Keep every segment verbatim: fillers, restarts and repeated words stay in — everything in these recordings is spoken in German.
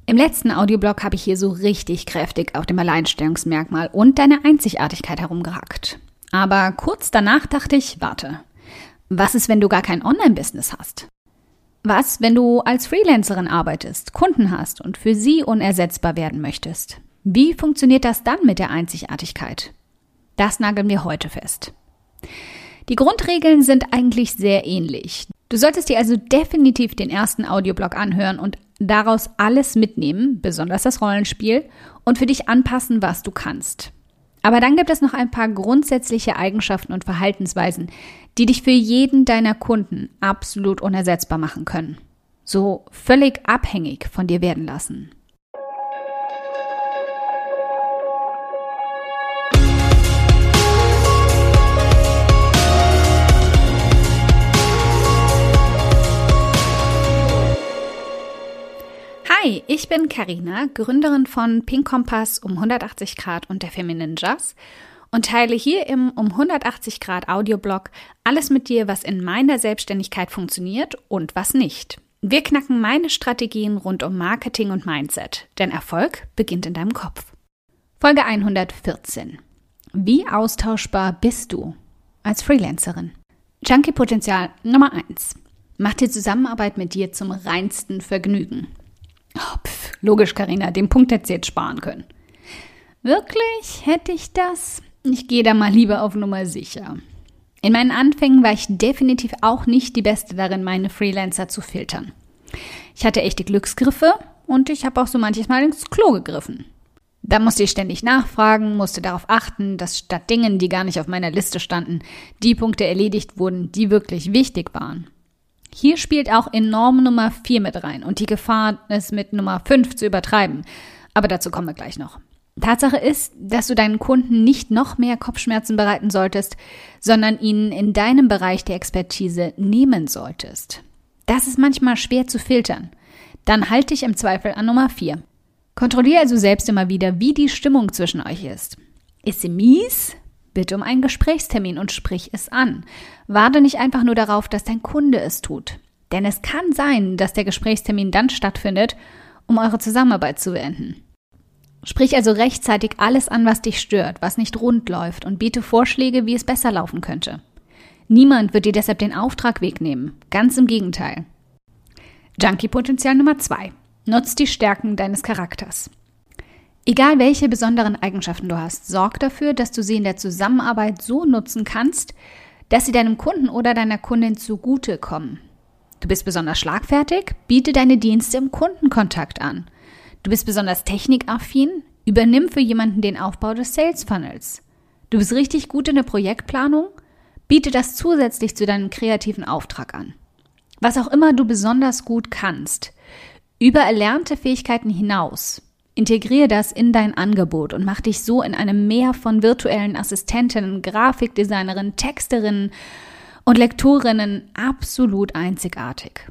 Im letzten Audioblog habe ich hier so richtig kräftig auf dem Alleinstellungsmerkmal und deine Einzigartigkeit herumgehackt. Aber kurz danach dachte ich, warte, was ist, wenn du gar kein Online-Business hast? Was, wenn du als Freelancerin arbeitest, Kunden hast und für sie unersetzbar werden möchtest? Wie funktioniert das dann mit der Einzigartigkeit? Das nageln wir heute fest. Die Grundregeln sind eigentlich sehr ähnlich. Du solltest dir also definitiv den ersten Audioblog anhören und daraus alles mitnehmen, besonders das Rollenspiel, und für dich anpassen, was du kannst. Aber dann gibt es noch ein paar grundsätzliche Eigenschaften und Verhaltensweisen, die dich für jeden deiner Kunden absolut unersetzbar machen können. So völlig abhängig von dir werden lassen. Hi, ich bin Carina, Gründerin von Pink Kompass um hundertachtzig Grad und der Feminine Jazz und teile hier im um hundertachtzig Grad Audioblog alles mit dir, was in meiner Selbstständigkeit funktioniert und was nicht. Wir knacken meine Strategien rund um Marketing und Mindset, denn Erfolg beginnt in deinem Kopf. Folge hundertvierzehn. Wie austauschbar bist du als Freelancerin? Junkie-Potenzial Nummer eins. Macht die Zusammenarbeit mit dir zum reinsten Vergnügen. Oh, pf, logisch, Carina, den Punkt hättest du jetzt sparen können. Wirklich? Hätte ich das? Ich gehe da mal lieber auf Nummer sicher. In meinen Anfängen war ich definitiv auch nicht die Beste darin, meine Freelancer zu filtern. Ich hatte echte Glücksgriffe und ich habe auch so manches Mal ins Klo gegriffen. Da musste ich ständig nachfragen, musste darauf achten, dass statt Dingen, die gar nicht auf meiner Liste standen, die Punkte erledigt wurden, die wirklich wichtig waren. Hier spielt auch enorm Nummer vier mit rein und die Gefahr, es mit Nummer fünf zu übertreiben. Aber dazu kommen wir gleich noch. Tatsache ist, dass du deinen Kunden nicht noch mehr Kopfschmerzen bereiten solltest, sondern ihnen in deinem Bereich der Expertise nehmen solltest. Das ist manchmal schwer zu filtern. Dann halte dich im Zweifel an Nummer vier. Kontrolliere also selbst immer wieder, wie die Stimmung zwischen euch ist. Ist sie mies? Bitte um einen Gesprächstermin und sprich es an. Warte nicht einfach nur darauf, dass dein Kunde es tut. Denn es kann sein, dass der Gesprächstermin dann stattfindet, um eure Zusammenarbeit zu beenden. Sprich also rechtzeitig alles an, was dich stört, was nicht rund läuft und biete Vorschläge, wie es besser laufen könnte. Niemand wird dir deshalb den Auftrag wegnehmen. Ganz im Gegenteil. Junkie-Potenzial Nummer zwei. Nutz die Stärken deines Charakters. Egal welche besonderen Eigenschaften du hast, sorg dafür, dass du sie in der Zusammenarbeit so nutzen kannst, dass sie deinem Kunden oder deiner Kundin zugutekommen. Du bist besonders schlagfertig, biete deine Dienste im Kundenkontakt an. Du bist besonders technikaffin, übernimm für jemanden den Aufbau des Sales Funnels. Du bist richtig gut in der Projektplanung, biete das zusätzlich zu deinem kreativen Auftrag an. Was auch immer du besonders gut kannst, über erlernte Fähigkeiten hinaus, integriere das in dein Angebot und mach dich so in einem Meer von virtuellen Assistentinnen, Grafikdesignerinnen, Texterinnen und Lektorinnen absolut einzigartig.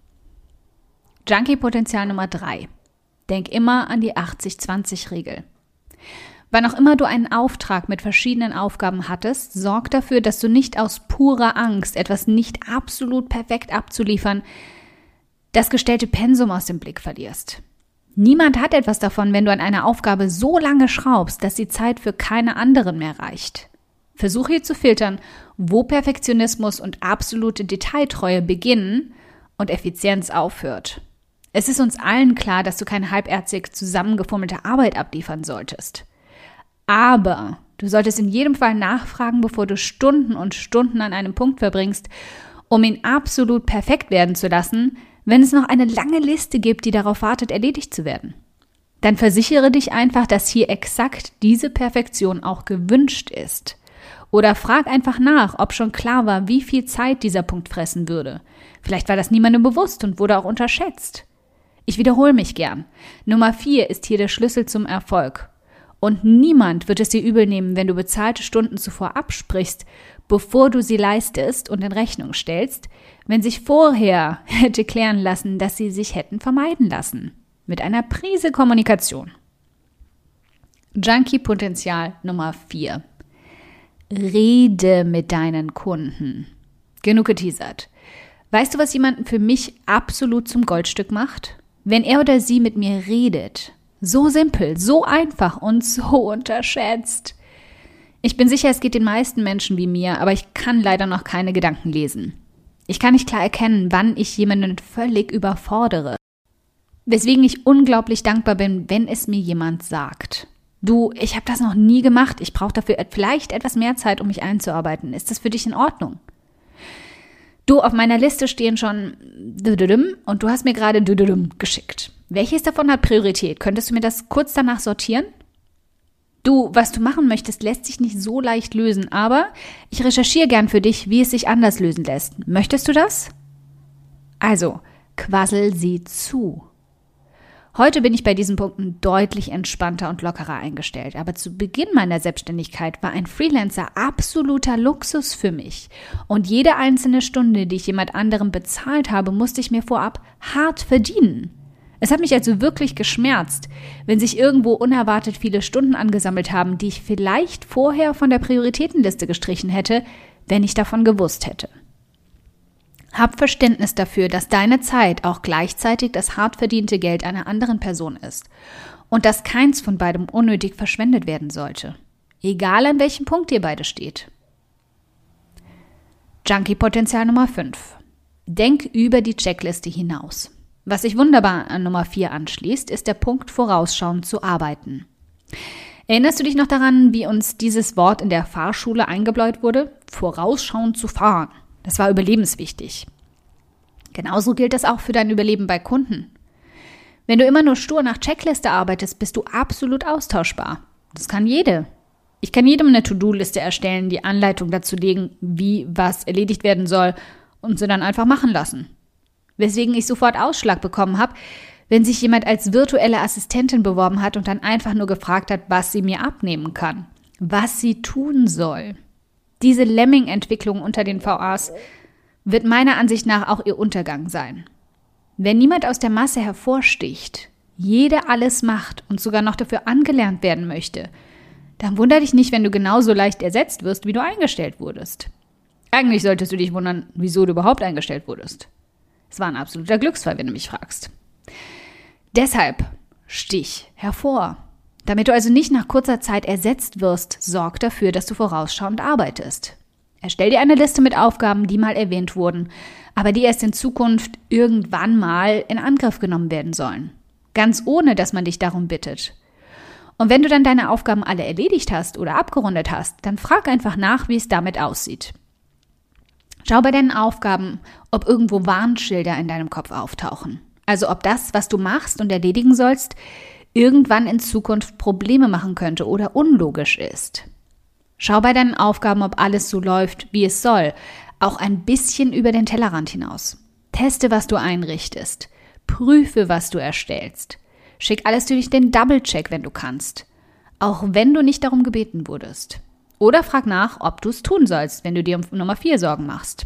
Junkie-Potenzial Nummer drei. Denk immer an die achtzig zwanzig Regel. Wann auch immer du einen Auftrag mit verschiedenen Aufgaben hattest, sorg dafür, dass du nicht aus purer Angst, etwas nicht absolut perfekt abzuliefern, das gestellte Pensum aus dem Blick verlierst. Niemand hat etwas davon, wenn du an einer Aufgabe so lange schraubst, dass die Zeit für keine anderen mehr reicht. Versuche hier zu filtern, wo Perfektionismus und absolute Detailtreue beginnen und Effizienz aufhört. Es ist uns allen klar, dass du keine halbherzig zusammengefummelte Arbeit abliefern solltest. Aber du solltest in jedem Fall nachfragen, bevor du Stunden und Stunden an einem Punkt verbringst, um ihn absolut perfekt werden zu lassen, wenn es noch eine lange Liste gibt, die darauf wartet, erledigt zu werden. Dann versichere dich einfach, dass hier exakt diese Perfektion auch gewünscht ist. Oder frag einfach nach, ob schon klar war, wie viel Zeit dieser Punkt fressen würde. Vielleicht war das niemandem bewusst und wurde auch unterschätzt. Ich wiederhole mich gern. Nummer vier ist hier der Schlüssel zum Erfolg. Und niemand wird es dir übel nehmen, wenn du bezahlte Stunden zuvor absprichst, bevor du sie leistest und in Rechnung stellst, wenn sich vorher hätte klären lassen, dass sie sich hätten vermeiden lassen. Mit einer Prise Kommunikation. Junkie-Potenzial Nummer vier. Rede mit deinen Kunden. Genug geteasert. Weißt du, was jemanden für mich absolut zum Goldstück macht? wenn er oder sie mit mir redet. So simpel, so einfach und so unterschätzt. Ich bin sicher, es geht den meisten Menschen wie mir, aber ich kann leider noch keine Gedanken lesen. Ich kann nicht klar erkennen, wann ich jemanden völlig überfordere. Weswegen ich unglaublich dankbar bin, wenn es mir jemand sagt. Du, ich habe das noch nie gemacht, ich brauche dafür vielleicht etwas mehr Zeit, um mich einzuarbeiten. Ist das für dich in Ordnung? Du, auf meiner Liste stehen schon und du hast mir gerade geschickt. Welches davon hat Priorität? Könntest du mir das kurz danach sortieren? Du, was du machen möchtest, lässt sich nicht so leicht lösen, aber ich recherchiere gern für dich, wie es sich anders lösen lässt. Möchtest du das? Also, quassel sie zu. Heute bin ich bei diesen Punkten deutlich entspannter und lockerer eingestellt, aber zu Beginn meiner Selbstständigkeit war ein Freelancer absoluter Luxus für mich. Und jede einzelne Stunde, die ich jemand anderem bezahlt habe, musste ich mir vorab hart verdienen. Es hat mich also wirklich geschmerzt, wenn sich irgendwo unerwartet viele Stunden angesammelt haben, die ich vielleicht vorher von der Prioritätenliste gestrichen hätte, wenn ich davon gewusst hätte. Hab Verständnis dafür, dass deine Zeit auch gleichzeitig das hart verdiente Geld einer anderen Person ist und dass keins von beidem unnötig verschwendet werden sollte. Egal an welchem Punkt ihr beide steht. Junkie-Potenzial Nummer fünf. Denk über die Checkliste hinaus. Was sich wunderbar an Nummer vier anschließt, ist der Punkt, vorausschauend zu arbeiten. Erinnerst du dich noch daran, wie uns dieses Wort in der Fahrschule eingebläut wurde? Vorausschauend zu fahren. Das war überlebenswichtig. Genauso gilt das auch für dein Überleben bei Kunden. Wenn du immer nur stur nach Checkliste arbeitest, bist du absolut austauschbar. Das kann jede. Ich kann jedem eine To-Do-Liste erstellen, die Anleitung dazu legen, wie was erledigt werden soll und sie dann einfach machen lassen. Weswegen ich sofort Ausschlag bekommen habe, wenn sich jemand als virtuelle Assistentin beworben hat und dann einfach nur gefragt hat, was sie mir abnehmen kann, was sie tun soll. Diese Lemming-Entwicklung unter den V As wird meiner Ansicht nach auch ihr Untergang sein. Wenn niemand aus der Masse hervorsticht, jeder alles macht und sogar noch dafür angelernt werden möchte, dann wundere dich nicht, wenn du genauso leicht ersetzt wirst, wie du eingestellt wurdest. Eigentlich solltest du dich wundern, wieso du überhaupt eingestellt wurdest. Es war ein absoluter Glücksfall, wenn du mich fragst. Deshalb stich hervor. Damit du also nicht nach kurzer Zeit ersetzt wirst, sorg dafür, dass du vorausschauend arbeitest. Erstell dir eine Liste mit Aufgaben, die mal erwähnt wurden, aber die erst in Zukunft irgendwann mal in Angriff genommen werden sollen. Ganz ohne, dass man dich darum bittet. Und wenn du dann deine Aufgaben alle erledigt hast oder abgerundet hast, dann frag einfach nach, wie es damit aussieht. Schau bei deinen Aufgaben, ob irgendwo Warnschilder in deinem Kopf auftauchen. Also ob das, was du machst und erledigen sollst, irgendwann in Zukunft Probleme machen könnte oder unlogisch ist. Schau bei deinen Aufgaben, ob alles so läuft, wie es soll, auch ein bisschen über den Tellerrand hinaus. Teste, was du einrichtest. Prüfe, was du erstellst. Schick alles durch den Double-Check, wenn du kannst. Auch wenn du nicht darum gebeten wurdest. Oder frag nach, ob du es tun sollst, wenn du dir um Nummer vier Sorgen machst.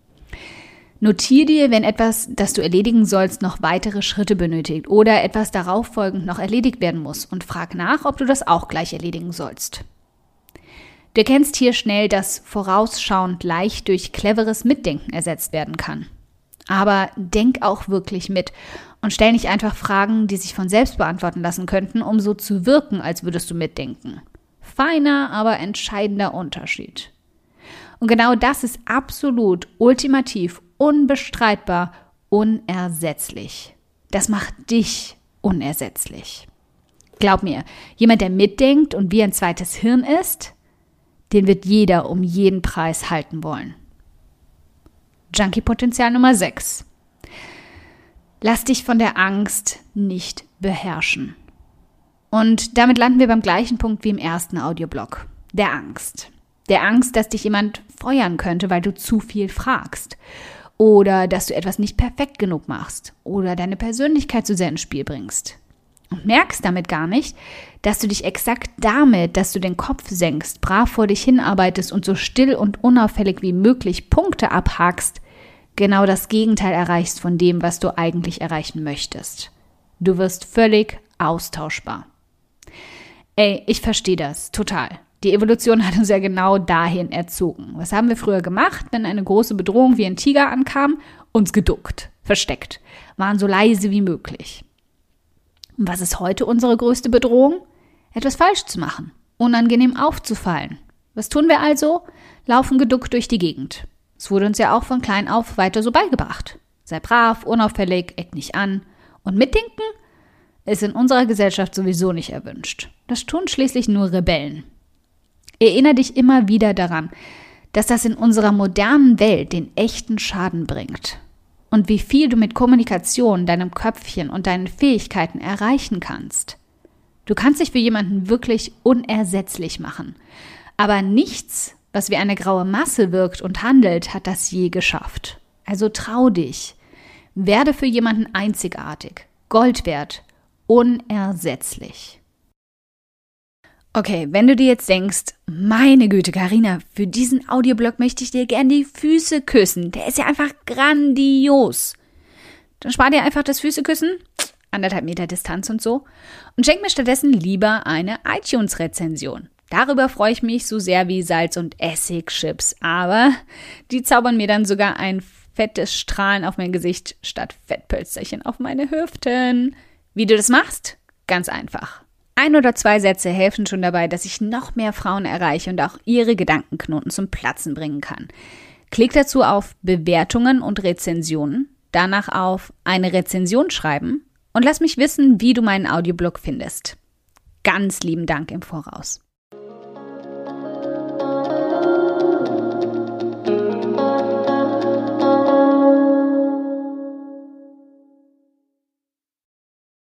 Notier dir, wenn etwas, das du erledigen sollst, noch weitere Schritte benötigt oder etwas darauf folgend noch erledigt werden muss und frag nach, ob du das auch gleich erledigen sollst. Du erkennst hier schnell, dass vorausschauend leicht durch cleveres Mitdenken ersetzt werden kann. Aber denk auch wirklich mit und stell nicht einfach Fragen, die sich von selbst beantworten lassen könnten, um so zu wirken, als würdest du mitdenken. Feiner, aber entscheidender Unterschied. Und genau das ist absolut, ultimativ, unbestreitbar, unersetzlich. Das macht dich unersetzlich. Glaub mir, jemand, der mitdenkt und wie ein zweites Hirn ist, den wird jeder um jeden Preis halten wollen. Junkie-Potenzial Nummer sechs. Lass dich von der Angst nicht beherrschen. Und damit landen wir beim gleichen Punkt wie im ersten Audioblog. Der Angst. Der Angst, dass dich jemand feuern könnte, weil du zu viel fragst. Oder dass du etwas nicht perfekt genug machst. Oder deine Persönlichkeit zu sehr ins Spiel bringst. Und merkst damit gar nicht, dass du dich exakt damit, dass du den Kopf senkst, brav vor dich hinarbeitest und so still und unauffällig wie möglich Punkte abhakst, genau das Gegenteil erreichst von dem, was du eigentlich erreichen möchtest. Du wirst völlig austauschbar. Ey, ich verstehe das, total. Die Evolution hat uns ja genau dahin erzogen. Was haben wir früher gemacht, wenn eine große Bedrohung wie ein Tiger ankam? Uns geduckt, versteckt. waren so leise wie möglich. Und was ist heute unsere größte Bedrohung? Etwas falsch zu machen, unangenehm aufzufallen. Was tun wir also? Laufen geduckt durch die Gegend. Es wurde uns ja auch von klein auf weiter so beigebracht. Sei brav, unauffällig, eck nicht an. Und mitdenken ist in unserer Gesellschaft sowieso nicht erwünscht. Das tun schließlich nur Rebellen. Erinnere dich immer wieder daran, dass das in unserer modernen Welt den echten Schaden bringt. Und wie viel du mit Kommunikation, deinem Köpfchen und deinen Fähigkeiten erreichen kannst. Du kannst dich für jemanden wirklich unersetzlich machen. Aber nichts, was wie eine graue Masse wirkt und handelt, hat das je geschafft. Also trau dich. Werde für jemanden einzigartig, Gold wert, unersetzlich. Okay, wenn du dir jetzt denkst, meine Güte, Carina, für diesen Audioblog möchte ich dir gern die Füße küssen. Der ist ja einfach grandios. Dann spar dir einfach das Füßeküssen, anderthalb Meter Distanz und so, und schenk mir stattdessen lieber eine iTunes-Rezension. Darüber freue ich mich so sehr wie Salz- und Essigchips, aber die zaubern mir dann sogar ein fettes Strahlen auf mein Gesicht statt Fettpölsterchen auf meine Hüften. Wie du das machst? Ganz einfach. Ein oder zwei Sätze helfen schon dabei, dass ich noch mehr Frauen erreiche und auch ihre Gedankenknoten zum Platzen bringen kann. Klick dazu auf Bewertungen und Rezensionen, danach auf eine Rezension schreiben und lass mich wissen, wie du meinen Audioblog findest. Ganz lieben Dank im Voraus.